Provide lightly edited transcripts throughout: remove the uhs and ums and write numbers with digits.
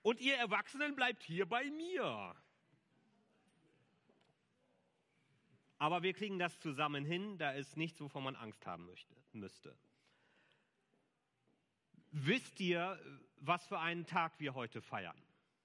und ihr Erwachsenen bleibt hier bei mir. Aber wir kriegen das zusammen hin, da ist nichts, wovon man Angst haben müsste. Wisst ihr, was für einen Tag wir heute feiern?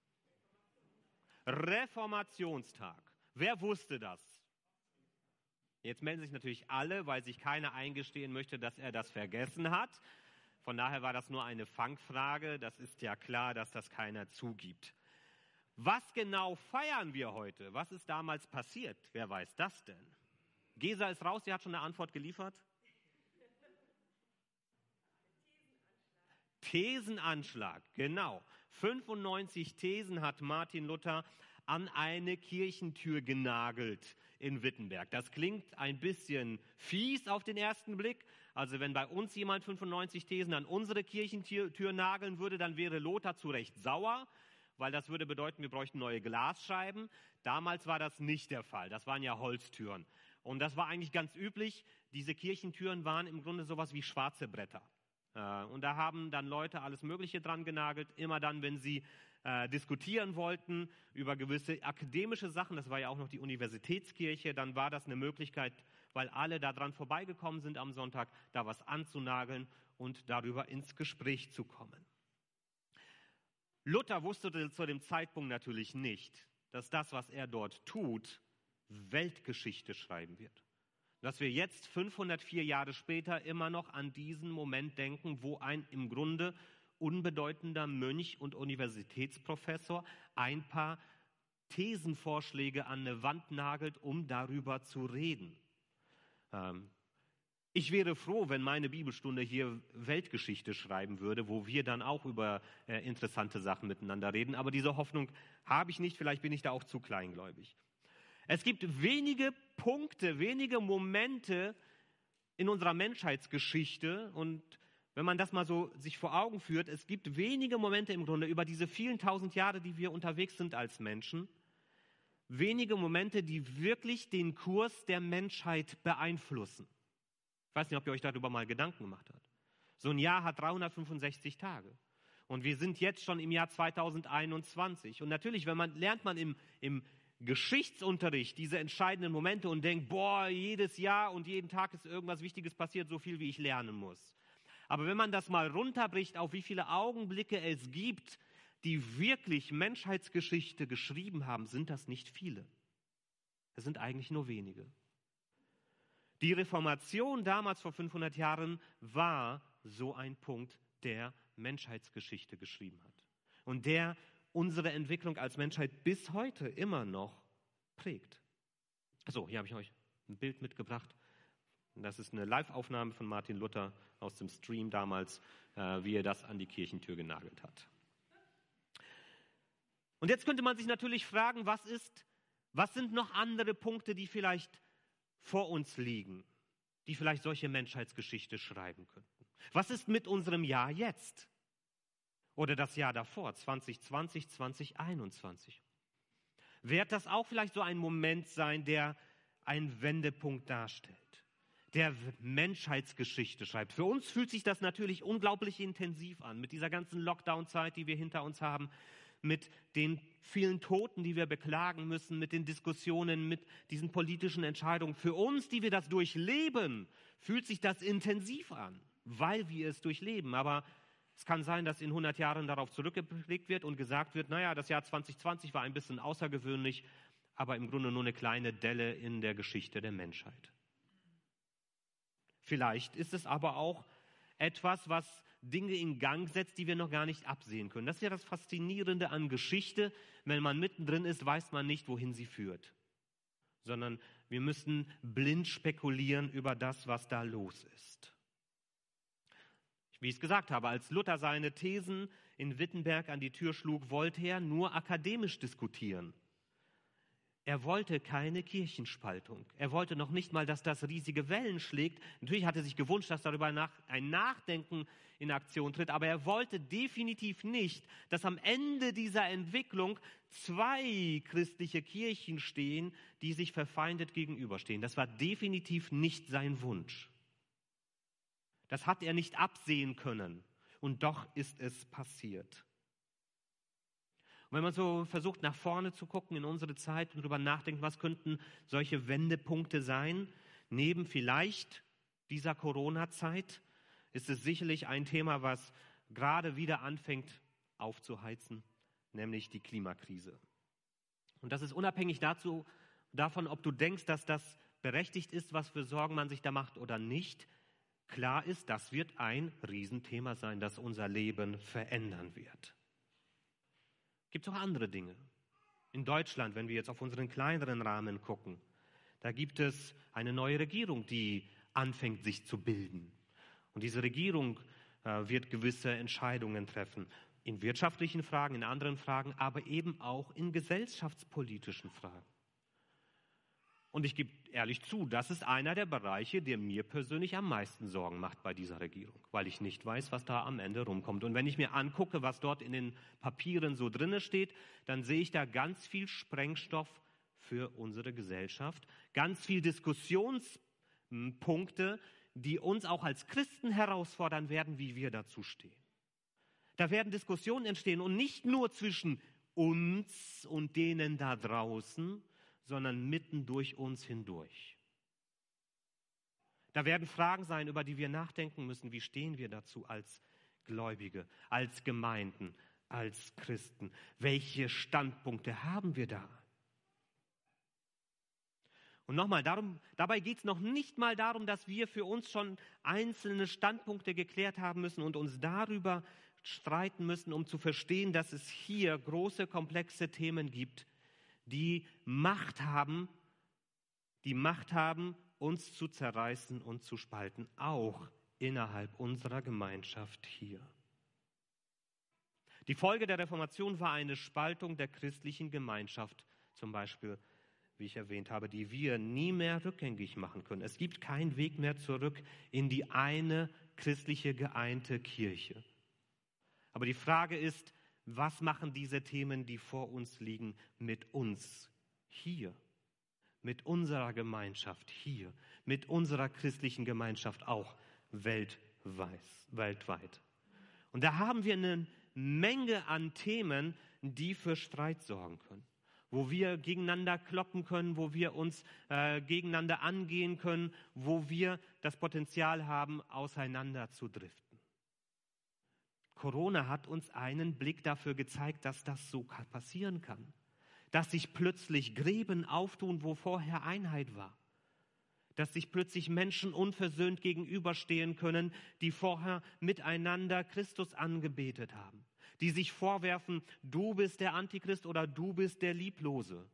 Reformationstag. Wer wusste das? Jetzt melden sich natürlich alle, weil sich keiner eingestehen möchte, dass er das vergessen hat. Von daher war das nur eine Fangfrage. Das ist ja klar, dass das keiner zugibt. Was genau feiern wir heute? Was ist damals passiert? Wer weiß das denn? Gesa ist raus, sie hat schon eine Antwort geliefert. Thesenanschlag, genau. 95 Thesen hat Martin Luther an eine Kirchentür genagelt in Wittenberg. Das klingt ein bisschen fies auf den ersten Blick. Also wenn bei uns jemand 95 Thesen an unsere Kirchentür nageln würde, dann wäre Lothar zu Recht sauer, weil das würde bedeuten, wir bräuchten neue Glasscheiben. Damals war das nicht der Fall. Das waren ja Holztüren. Und das war eigentlich ganz üblich. Diese Kirchentüren waren im Grunde sowas wie schwarze Bretter. Und da haben dann Leute alles Mögliche dran genagelt, immer dann, wenn sie diskutieren wollten über gewisse akademische Sachen. Das war ja auch noch die Universitätskirche. Dann war das eine Möglichkeit, weil alle da dran vorbeigekommen sind am Sonntag, da was anzunageln und darüber ins Gespräch zu kommen. Luther wusste zu dem Zeitpunkt natürlich nicht, dass das, was er dort tut, Weltgeschichte schreiben wird. Dass wir jetzt 504 Jahre später immer noch an diesen Moment denken, wo ein im Grunde unbedeutender Mönch und Universitätsprofessor ein paar Thesenvorschläge an eine Wand nagelt, um darüber zu reden. Ich wäre froh, wenn meine Bibelstunde hier Weltgeschichte schreiben würde, wo wir dann auch über interessante Sachen miteinander reden. Aber diese Hoffnung habe ich nicht, vielleicht bin ich da auch zu kleingläubig. Es gibt wenige Punkte, wenige Momente in unserer Menschheitsgeschichte und wenn man das mal so sich vor Augen führt, es gibt wenige Momente im Grunde über diese vielen tausend Jahre, die wir unterwegs sind als Menschen, wenige Momente, die wirklich den Kurs der Menschheit beeinflussen. Ich weiß nicht, ob ihr euch darüber mal Gedanken gemacht habt. So ein Jahr hat 365 Tage und wir sind jetzt schon im Jahr 2021 und natürlich, lernt man im Geschichtsunterricht diese entscheidenden Momente und denkt, jedes Jahr und jeden Tag ist irgendwas Wichtiges passiert, so viel wie ich lernen muss. Aber wenn man das mal runterbricht, auf wie viele Augenblicke es gibt, die wirklich Menschheitsgeschichte geschrieben haben, sind das nicht viele. Es sind eigentlich nur wenige. Die Reformation damals vor 500 Jahren war so ein Punkt, der Menschheitsgeschichte geschrieben hat und der unsere Entwicklung als Menschheit bis heute immer noch prägt. So, hier habe ich euch ein Bild mitgebracht. Das ist eine Live-Aufnahme von Martin Luther aus dem Stream damals, wie er das an die Kirchentür genagelt hat. Und jetzt könnte man sich natürlich fragen, was sind noch andere Punkte, die vielleicht vor uns liegen, die vielleicht solche Menschheitsgeschichte schreiben könnten? Was ist mit unserem Jahr jetzt? Oder das Jahr davor, 2020, 2021? Wird das auch vielleicht so ein Moment sein, der einen Wendepunkt darstellt, der Menschheitsgeschichte schreibt? Für uns fühlt sich das natürlich unglaublich intensiv an, mit dieser ganzen Lockdown-Zeit, die wir hinter uns haben, mit den vielen Toten, die wir beklagen müssen, mit den Diskussionen, mit diesen politischen Entscheidungen. Für uns, die wir das durchleben, fühlt sich das intensiv an, weil wir es durchleben. Aber es kann sein, dass in 100 Jahren darauf zurückgeblickt wird und gesagt wird, das Jahr 2020 war ein bisschen außergewöhnlich, aber im Grunde nur eine kleine Delle in der Geschichte der Menschheit. Vielleicht ist es aber auch etwas, was Dinge in Gang setzt, die wir noch gar nicht absehen können. Das ist ja das Faszinierende an Geschichte. Wenn man mittendrin ist, weiß man nicht, wohin sie führt. Sondern wir müssen blind spekulieren über das, was da los ist. Wie ich es gesagt habe, als Luther seine Thesen in Wittenberg an die Tür schlug, wollte er nur akademisch diskutieren. Er wollte keine Kirchenspaltung. Er wollte noch nicht mal, dass das riesige Wellen schlägt. Natürlich hat er sich gewünscht, dass darüber ein Nachdenken in Aktion tritt, aber er wollte definitiv nicht, dass am Ende dieser Entwicklung zwei christliche Kirchen stehen, die sich verfeindet gegenüberstehen. Das war definitiv nicht sein Wunsch. Das hat er nicht absehen können und doch ist es passiert. Und wenn man so versucht, nach vorne zu gucken in unsere Zeit und darüber nachdenkt, was könnten solche Wendepunkte sein, neben vielleicht dieser Corona-Zeit, ist es sicherlich ein Thema, was gerade wieder anfängt aufzuheizen, nämlich die Klimakrise. Und das ist unabhängig davon, ob du denkst, dass das berechtigt ist, was für Sorgen man sich da macht oder nicht. Klar ist, das wird ein Riesenthema sein, das unser Leben verändern wird. Gibt es auch andere Dinge. In Deutschland, wenn wir jetzt auf unseren kleineren Rahmen gucken, da gibt es eine neue Regierung, die anfängt, sich zu bilden. Und diese Regierung wird gewisse Entscheidungen treffen. In wirtschaftlichen Fragen, in anderen Fragen, aber eben auch in gesellschaftspolitischen Fragen. Und ich gebe ehrlich zu, das ist einer der Bereiche, der mir persönlich am meisten Sorgen macht bei dieser Regierung, weil ich nicht weiß, was da am Ende rumkommt. Und wenn ich mir angucke, was dort in den Papieren so drin steht, dann sehe ich da ganz viel Sprengstoff für unsere Gesellschaft, ganz viel Diskussionspunkte, die uns auch als Christen herausfordern werden, wie wir dazu stehen. Da werden Diskussionen entstehen und nicht nur zwischen uns und denen da draußen, sondern mitten durch uns hindurch. Da werden Fragen sein, über die wir nachdenken müssen. Wie stehen wir dazu als Gläubige, als Gemeinden, als Christen? Welche Standpunkte haben wir da? Und nochmal, dabei geht es noch nicht mal darum, dass wir für uns schon einzelne Standpunkte geklärt haben müssen und uns darüber streiten müssen, um zu verstehen, dass es hier große, komplexe Themen gibt, die Macht haben, uns zu zerreißen und zu spalten, auch innerhalb unserer Gemeinschaft hier. Die Folge der Reformation war eine Spaltung der christlichen Gemeinschaft, zum Beispiel, wie ich erwähnt habe, die wir nie mehr rückgängig machen können. Es gibt keinen Weg mehr zurück in die eine christliche geeinte Kirche. Aber die Frage ist, was machen diese Themen, die vor uns liegen, mit uns hier, mit unserer Gemeinschaft hier, mit unserer christlichen Gemeinschaft auch weltweit? Und da haben wir eine Menge an Themen, die für Streit sorgen können, wo wir gegeneinander kloppen können, wo wir uns gegeneinander angehen können, wo wir das Potenzial haben, auseinanderzudriften. Corona hat uns einen Blick dafür gezeigt, dass das so passieren kann. Dass sich plötzlich Gräben auftun, wo vorher Einheit war. Dass sich plötzlich Menschen unversöhnt gegenüberstehen können, die vorher miteinander Christus angebetet haben. Die sich vorwerfen, du bist der Antichrist oder du bist der Lieblose.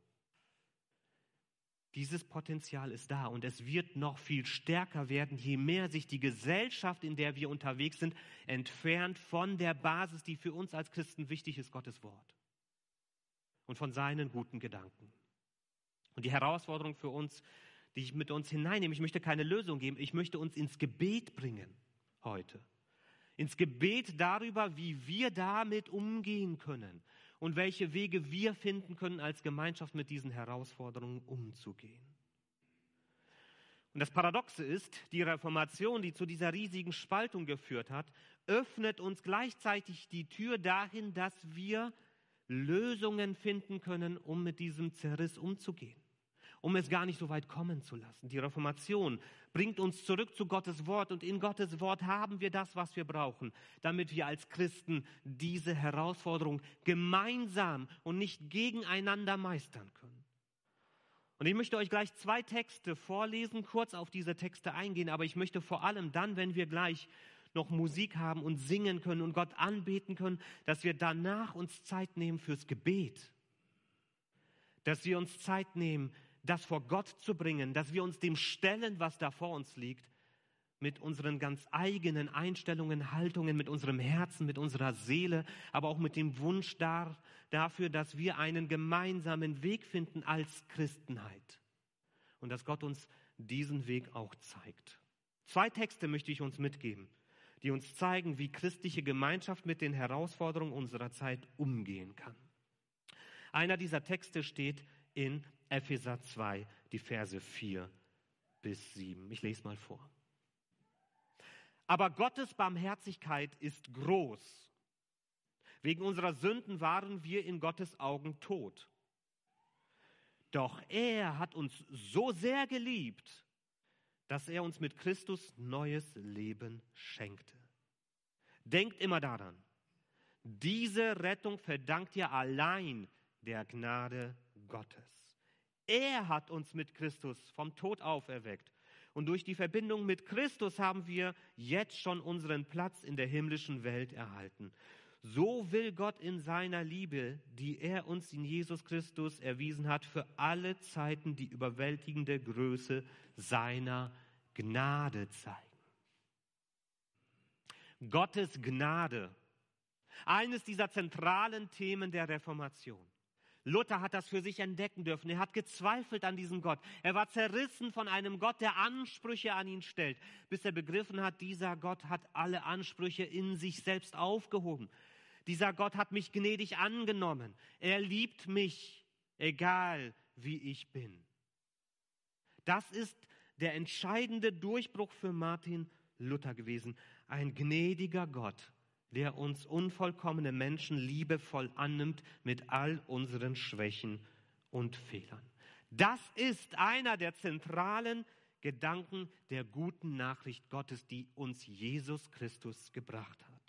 Dieses Potenzial ist da und es wird noch viel stärker werden, je mehr sich die Gesellschaft, in der wir unterwegs sind, entfernt von der Basis, die für uns als Christen wichtig ist, Gottes Wort und von seinen guten Gedanken. Und die Herausforderung für uns, die ich mit uns hineinnehme, ich möchte keine Lösung geben, ich möchte uns ins Gebet bringen heute. Ins Gebet darüber, wie wir damit umgehen können und welche Wege wir finden können, als Gemeinschaft mit diesen Herausforderungen umzugehen. Und das Paradoxe ist, die Reformation, die zu dieser riesigen Spaltung geführt hat, öffnet uns gleichzeitig die Tür dahin, dass wir Lösungen finden können, um mit diesem Zerriss umzugehen, um es gar nicht so weit kommen zu lassen. Die Reformation bringt uns zurück zu Gottes Wort und in Gottes Wort haben wir das, was wir brauchen, damit wir als Christen diese Herausforderung gemeinsam und nicht gegeneinander meistern können. Und ich möchte euch gleich 2 Texte vorlesen, kurz auf diese Texte eingehen, aber ich möchte vor allem dann, wenn wir gleich noch Musik haben und singen können und Gott anbeten können, dass wir danach uns Zeit nehmen fürs Gebet, dass wir uns Zeit nehmen, das vor Gott zu bringen, dass wir uns dem stellen, was da vor uns liegt, mit unseren ganz eigenen Einstellungen, Haltungen, mit unserem Herzen, mit unserer Seele, aber auch mit dem Wunsch dafür, dass wir einen gemeinsamen Weg finden als Christenheit und dass Gott uns diesen Weg auch zeigt. 2 Texte möchte ich uns mitgeben, die uns zeigen, wie christliche Gemeinschaft mit den Herausforderungen unserer Zeit umgehen kann. Einer dieser Texte steht in Epheser 2, die Verse 4 bis 7. Ich lese mal vor. Aber Gottes Barmherzigkeit ist groß. Wegen unserer Sünden waren wir in Gottes Augen tot. Doch er hat uns so sehr geliebt, dass er uns mit Christus neues Leben schenkte. Denkt immer daran, diese Rettung verdankt ihr allein der Gnade Gottes. Er hat uns mit Christus vom Tod auferweckt. Und durch die Verbindung mit Christus haben wir jetzt schon unseren Platz in der himmlischen Welt erhalten. So will Gott in seiner Liebe, die er uns in Jesus Christus erwiesen hat, für alle Zeiten die überwältigende Größe seiner Gnade zeigen. Gottes Gnade, eines dieser zentralen Themen der Reformation. Luther hat das für sich entdecken dürfen. Er hat gezweifelt an diesem Gott. Er war zerrissen von einem Gott, der Ansprüche an ihn stellt, bis er begriffen hat, dieser Gott hat alle Ansprüche in sich selbst aufgehoben. Dieser Gott hat mich gnädig angenommen. Er liebt mich, egal wie ich bin. Das ist der entscheidende Durchbruch für Martin Luther gewesen. Ein gnädiger Gott, der uns unvollkommene Menschen liebevoll annimmt mit all unseren Schwächen und Fehlern. Das ist einer der zentralen Gedanken der guten Nachricht Gottes, die uns Jesus Christus gebracht hat.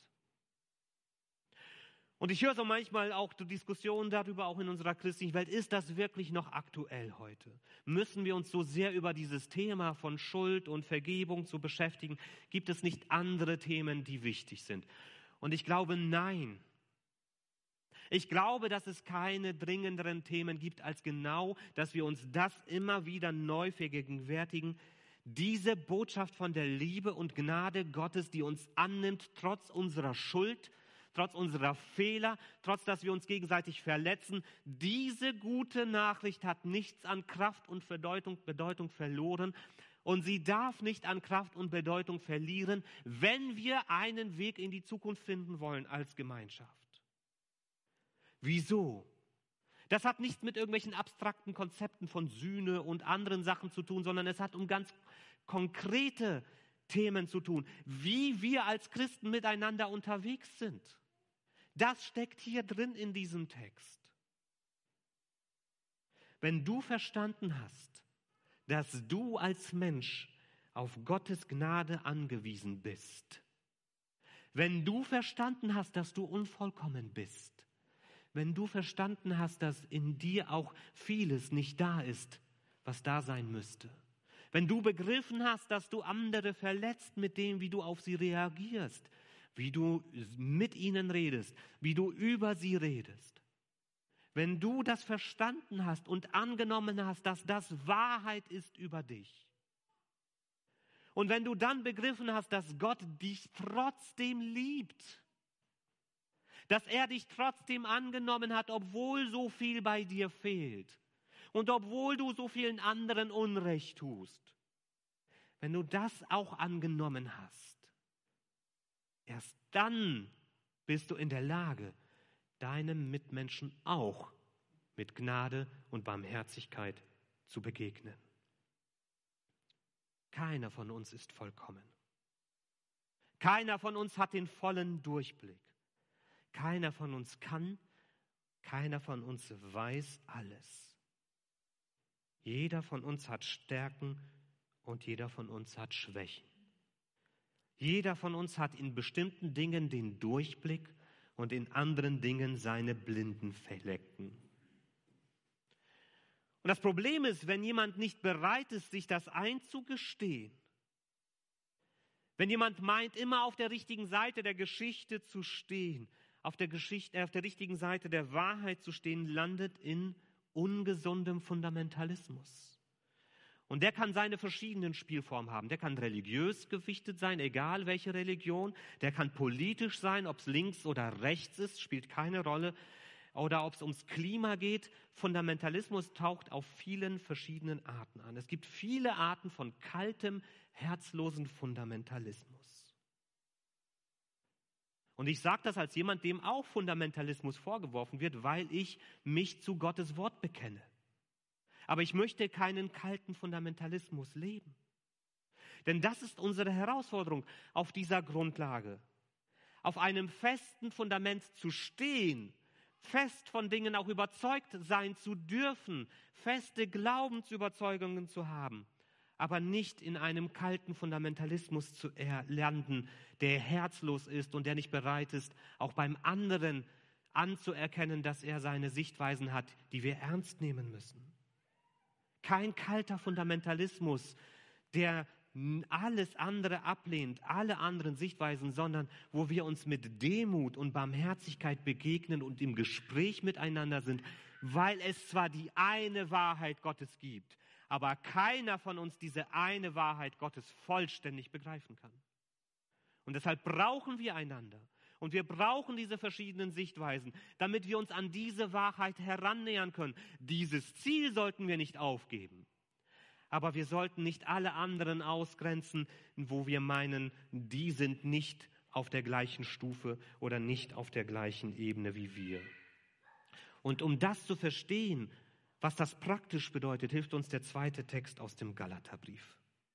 Und ich höre so manchmal auch die Diskussion darüber, auch in unserer christlichen Welt, ist das wirklich noch aktuell heute? Müssen wir uns so sehr über dieses Thema von Schuld und Vergebung zu beschäftigen? Gibt es nicht andere Themen, die wichtig sind? Und ich glaube, nein. Ich glaube, dass es keine dringenderen Themen gibt, als genau, dass wir uns das immer wieder neu vergegenwärtigen. Diese Botschaft von der Liebe und Gnade Gottes, die uns annimmt, trotz unserer Schuld, trotz unserer Fehler, trotz dass wir uns gegenseitig verletzen. Diese gute Nachricht hat nichts an Kraft und Bedeutung verloren. Und sie darf nicht an Kraft und Bedeutung verlieren, wenn wir einen Weg in die Zukunft finden wollen als Gemeinschaft. Wieso? Das hat nichts mit irgendwelchen abstrakten Konzepten von Sühne und anderen Sachen zu tun, sondern es hat um ganz konkrete Themen zu tun, wie wir als Christen miteinander unterwegs sind. Das steckt hier drin in diesem Text. Wenn du verstanden hast, dass du als Mensch auf Gottes Gnade angewiesen bist, wenn du verstanden hast, dass du unvollkommen bist, wenn du verstanden hast, dass in dir auch vieles nicht da ist, was da sein müsste, wenn du begriffen hast, dass du andere verletzt mit dem, wie du auf sie reagierst, wie du mit ihnen redest, wie du über sie redest, wenn du das verstanden hast und angenommen hast, dass das Wahrheit ist über dich, und wenn du dann begriffen hast, dass Gott dich trotzdem liebt, dass er dich trotzdem angenommen hat, obwohl so viel bei dir fehlt und obwohl du so vielen anderen Unrecht tust, wenn du das auch angenommen hast, erst dann bist du in der Lage, deinem Mitmenschen auch mit Gnade und Barmherzigkeit zu begegnen. Keiner von uns ist vollkommen. Keiner von uns hat den vollen Durchblick. Keiner von uns kann, keiner von uns weiß alles. Jeder von uns hat Stärken und jeder von uns hat Schwächen. Jeder von uns hat in bestimmten Dingen den Durchblick und in anderen Dingen seine blinden Flecken. Und das Problem ist, wenn jemand nicht bereit ist, sich das einzugestehen, wenn jemand meint, immer auf der richtigen Seite der Geschichte zu stehen, auf der richtigen Seite der Wahrheit zu stehen, landet in ungesundem Fundamentalismus. Und der kann seine verschiedenen Spielformen haben. Der kann religiös gewichtet sein, egal welche Religion. Der kann politisch sein, ob es links oder rechts ist, spielt keine Rolle. Oder ob es ums Klima geht. Fundamentalismus taucht auf vielen verschiedenen Arten an. Es gibt viele Arten von kaltem, herzlosen Fundamentalismus. Und ich sage das als jemand, dem auch Fundamentalismus vorgeworfen wird, weil ich mich zu Gottes Wort bekenne. Aber ich möchte keinen kalten Fundamentalismus leben. Denn das ist unsere Herausforderung auf dieser Grundlage. auf einem festen Fundament zu stehen, fest von Dingen auch überzeugt sein zu dürfen, feste Glaubensüberzeugungen zu haben, aber nicht in einem kalten Fundamentalismus zu landen, der herzlos ist und der nicht bereit ist, auch beim anderen anzuerkennen, dass er seine Sichtweisen hat, die wir ernst nehmen müssen. Kein kalter Fundamentalismus, der alles andere ablehnt, alle anderen Sichtweisen, sondern wo wir uns mit Demut und Barmherzigkeit begegnen und im Gespräch miteinander sind, weil es zwar die eine Wahrheit Gottes gibt, aber keiner von uns diese eine Wahrheit Gottes vollständig begreifen kann. Und deshalb brauchen wir einander. Und wir brauchen diese verschiedenen Sichtweisen, damit wir uns an diese Wahrheit herannähern können. Dieses Ziel sollten wir nicht aufgeben. Aber wir sollten nicht alle anderen ausgrenzen, wo wir meinen, die sind nicht auf der gleichen Stufe oder nicht auf der gleichen Ebene wie wir. Und um das zu verstehen, was das praktisch bedeutet, hilft uns der zweite Text aus dem Galaterbrief.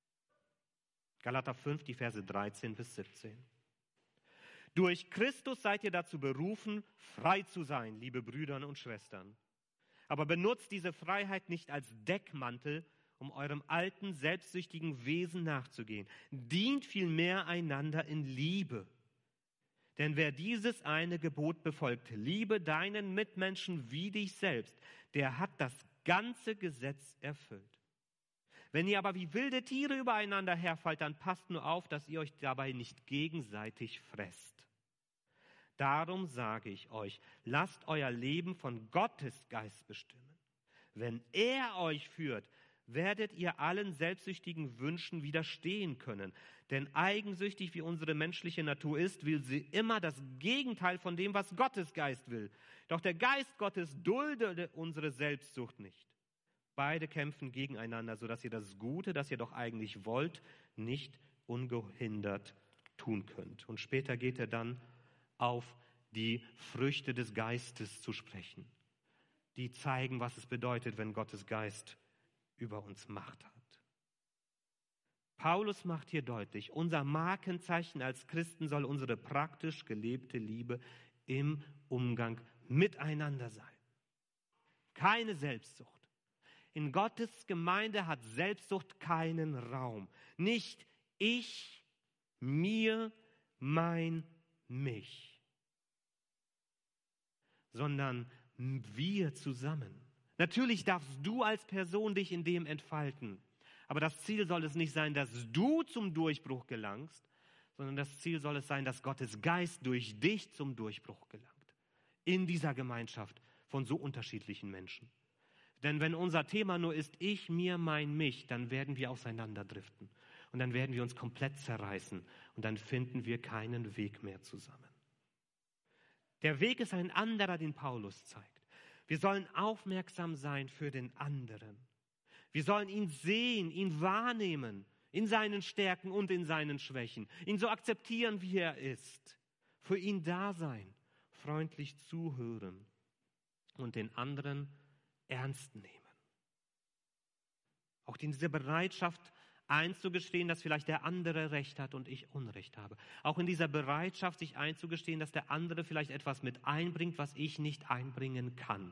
Galater 5, die Verse 13 bis 17. Durch Christus seid ihr dazu berufen, frei zu sein, liebe Brüder und Schwestern. Aber benutzt diese Freiheit nicht als Deckmantel, um eurem alten, selbstsüchtigen Wesen nachzugehen. Dient vielmehr einander in Liebe. Denn wer dieses eine Gebot befolgt, liebe deinen Mitmenschen wie dich selbst, der hat das ganze Gesetz erfüllt. Wenn ihr aber wie wilde Tiere übereinander herfallt, dann passt nur auf, dass ihr euch dabei nicht gegenseitig fresst. Darum sage ich euch, lasst euer Leben von Gottes Geist bestimmen. Wenn er euch führt, werdet ihr allen selbstsüchtigen Wünschen widerstehen können. Denn eigensüchtig wie unsere menschliche Natur ist, will sie immer das Gegenteil von dem, was Gottes Geist will. Doch der Geist Gottes duldet unsere Selbstsucht nicht. Beide kämpfen gegeneinander, sodass ihr das Gute, das ihr doch eigentlich wollt, nicht ungehindert tun könnt. Und später geht er dann auf die Früchte des Geistes zu sprechen, die zeigen, was es bedeutet, wenn Gottes Geist über uns Macht hat. Paulus macht hier deutlich, unser Markenzeichen als Christen soll unsere praktisch gelebte Liebe im Umgang miteinander sein. Keine Selbstsucht. In Gottes Gemeinde hat Selbstsucht keinen Raum. Nicht ich, mir, mein, mich, sondern wir zusammen. Natürlich darfst du als Person dich in dem entfalten, aber das Ziel soll es nicht sein, dass du zum Durchbruch gelangst, sondern das Ziel soll es sein, dass Gottes Geist durch dich zum Durchbruch gelangt. In dieser Gemeinschaft von so unterschiedlichen Menschen. Denn wenn unser Thema nur ist ich, mir, mein, mich, dann werden wir auseinanderdriften und dann werden wir uns komplett zerreißen und dann finden wir keinen Weg mehr zusammen. Der Weg ist ein anderer, den Paulus zeigt. Wir sollen aufmerksam sein für den anderen. Wir sollen ihn sehen, ihn wahrnehmen, in seinen Stärken und in seinen Schwächen. Ihn so akzeptieren, wie er ist. Für ihn da sein, freundlich zuhören und den anderen ernst nehmen. Auch diese Bereitschaft einzugestehen, dass vielleicht der andere Recht hat und ich Unrecht habe. Auch in dieser Bereitschaft, sich einzugestehen, dass der andere vielleicht etwas mit einbringt, was ich nicht einbringen kann.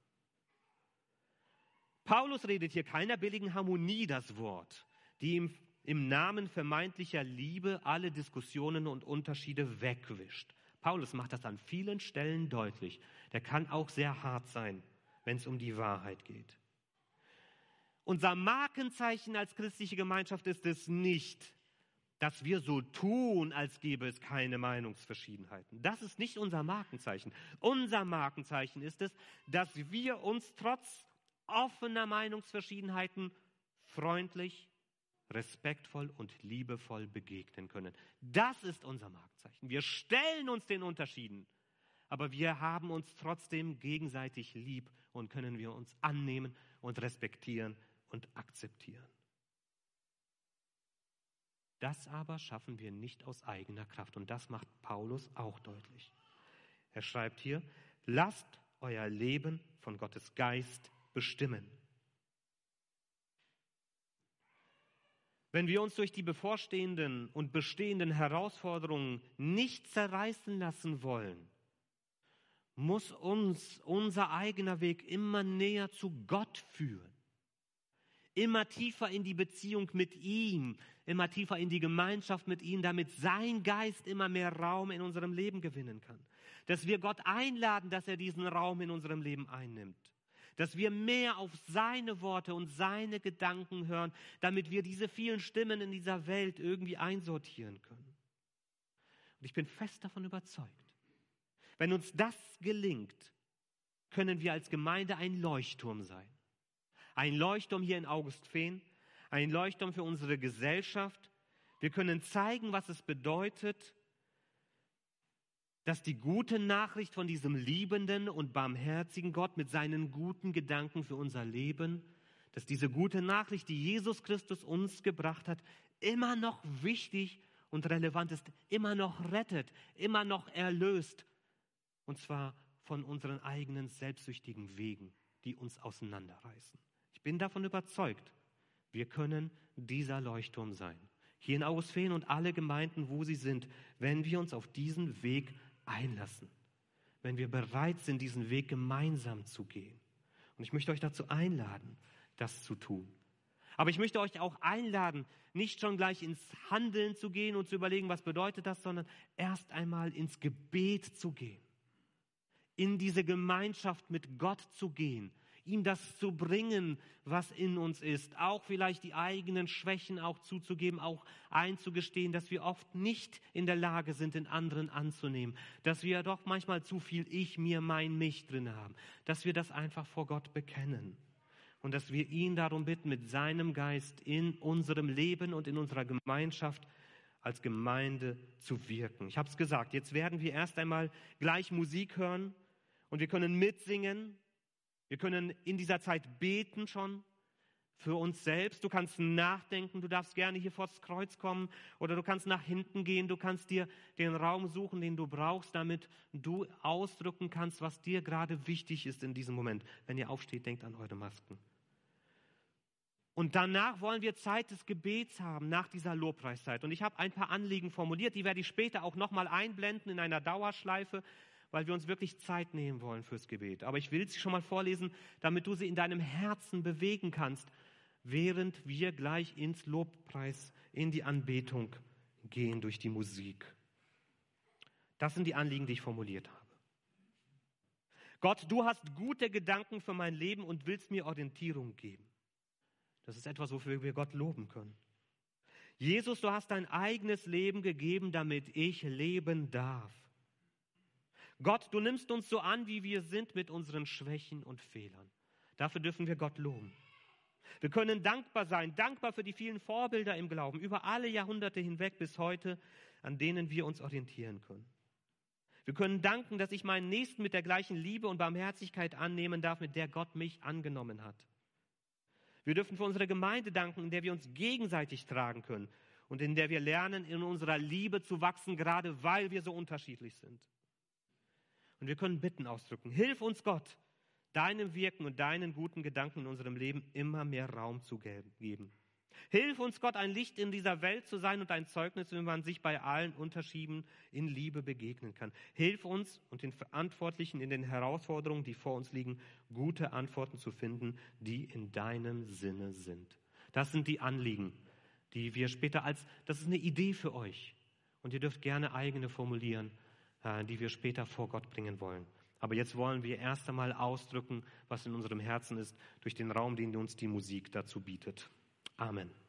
Paulus redet hier keiner billigen Harmonie das Wort, die ihm im Namen vermeintlicher Liebe alle Diskussionen und Unterschiede wegwischt. Paulus macht das an vielen Stellen deutlich. Der kann auch sehr hart sein, wenn es um die Wahrheit geht. Unser Markenzeichen als christliche Gemeinschaft ist es nicht, dass wir so tun, als gäbe es keine Meinungsverschiedenheiten. Das ist nicht unser Markenzeichen. Unser Markenzeichen ist es, dass wir uns trotz offener Meinungsverschiedenheiten freundlich, respektvoll und liebevoll begegnen können. Das ist unser Markenzeichen. Wir stellen uns den Unterschieden, aber wir haben uns trotzdem gegenseitig lieb und können wir uns annehmen und respektieren und akzeptieren. Das aber schaffen wir nicht aus eigener Kraft und das macht Paulus auch deutlich. Er schreibt hier, lasst euer Leben von Gottes Geist bestimmen. Wenn wir uns durch die bevorstehenden und bestehenden Herausforderungen nicht zerreißen lassen wollen, muss uns unser eigener Weg immer näher zu Gott führen. Immer tiefer in die Beziehung mit ihm, immer tiefer in die Gemeinschaft mit ihm, damit sein Geist immer mehr Raum in unserem Leben gewinnen kann. Dass wir Gott einladen, dass er diesen Raum in unserem Leben einnimmt. Dass wir mehr auf seine Worte und seine Gedanken hören, damit wir diese vielen Stimmen in dieser Welt irgendwie einsortieren können. Und ich bin fest davon überzeugt, wenn uns das gelingt, können wir als Gemeinde ein Leuchtturm sein. Ein Leuchtturm hier in Augustfehn, ein Leuchtturm für unsere Gesellschaft. Wir können zeigen, was es bedeutet, dass die gute Nachricht von diesem liebenden und barmherzigen Gott mit seinen guten Gedanken für unser Leben, dass diese gute Nachricht, die Jesus Christus uns gebracht hat, immer noch wichtig und relevant ist, immer noch rettet, immer noch erlöst. Und zwar von unseren eigenen selbstsüchtigen Wegen, die uns auseinanderreißen. Ich bin davon überzeugt, wir können dieser Leuchtturm sein. Hier in Augustfehn und alle Gemeinden, wo sie sind, wenn wir uns auf diesen Weg einlassen. Wenn wir bereit sind, diesen Weg gemeinsam zu gehen. Und ich möchte euch dazu einladen, das zu tun. Aber ich möchte euch auch einladen, nicht schon gleich ins Handeln zu gehen und zu überlegen, was bedeutet das, sondern erst einmal ins Gebet zu gehen. In diese Gemeinschaft mit Gott zu gehen, ihm das zu bringen, was in uns ist, auch vielleicht die eigenen Schwächen auch zuzugeben, auch einzugestehen, dass wir oft nicht in der Lage sind, den anderen anzunehmen, dass wir doch manchmal zu viel Ich, mir, mein, mich drin haben, dass wir das einfach vor Gott bekennen und dass wir ihn darum bitten, mit seinem Geist in unserem Leben und in unserer Gemeinschaft als Gemeinde zu wirken. Ich habe es gesagt, jetzt werden wir erst einmal gleich Musik hören und wir können mitsingen. Wir können in dieser Zeit beten schon für uns selbst. Du kannst nachdenken, du darfst gerne hier vors Kreuz kommen oder du kannst nach hinten gehen. Du kannst dir den Raum suchen, den du brauchst, damit du ausdrücken kannst, was dir gerade wichtig ist in diesem Moment. Wenn ihr aufsteht, denkt an eure Masken. Und danach wollen wir Zeit des Gebets haben, nach dieser Lobpreiszeit. Und ich habe ein paar Anliegen formuliert, die werde ich später auch nochmal einblenden in einer Dauerschleife, weil wir uns wirklich Zeit nehmen wollen fürs Gebet. Aber ich will sie schon mal vorlesen, damit du sie in deinem Herzen bewegen kannst, während wir gleich ins Lobpreis, in die Anbetung gehen durch die Musik. Das sind die Anliegen, die ich formuliert habe. Gott, du hast gute Gedanken für mein Leben und willst mir Orientierung geben. Das ist etwas, wofür wir Gott loben können. Jesus, du hast dein eigenes Leben gegeben, damit ich leben darf. Gott, du nimmst uns so an, wie wir sind, mit unseren Schwächen und Fehlern. Dafür dürfen wir Gott loben. Wir können dankbar sein, dankbar für die vielen Vorbilder im Glauben, über alle Jahrhunderte hinweg bis heute, an denen wir uns orientieren können. Wir können danken, dass ich meinen Nächsten mit der gleichen Liebe und Barmherzigkeit annehmen darf, mit der Gott mich angenommen hat. Wir dürfen für unsere Gemeinde danken, in der wir uns gegenseitig tragen können und in der wir lernen, in unserer Liebe zu wachsen, gerade weil wir so unterschiedlich sind. Und wir können Bitten ausdrücken. Hilf uns, Gott, deinem Wirken und deinen guten Gedanken in unserem Leben immer mehr Raum zu geben. Hilf uns, Gott, ein Licht in dieser Welt zu sein und ein Zeugnis, wie man sich bei allen Unterschieden in Liebe begegnen kann. Hilf uns und den Verantwortlichen in den Herausforderungen, die vor uns liegen, gute Antworten zu finden, die in deinem Sinne sind. Das sind die Anliegen, die wir später das ist eine Idee für euch. Und ihr dürft gerne eigene formulieren, die wir später vor Gott bringen wollen. Aber jetzt wollen wir erst einmal ausdrücken, was in unserem Herzen ist, durch den Raum, den uns die Musik dazu bietet. Amen.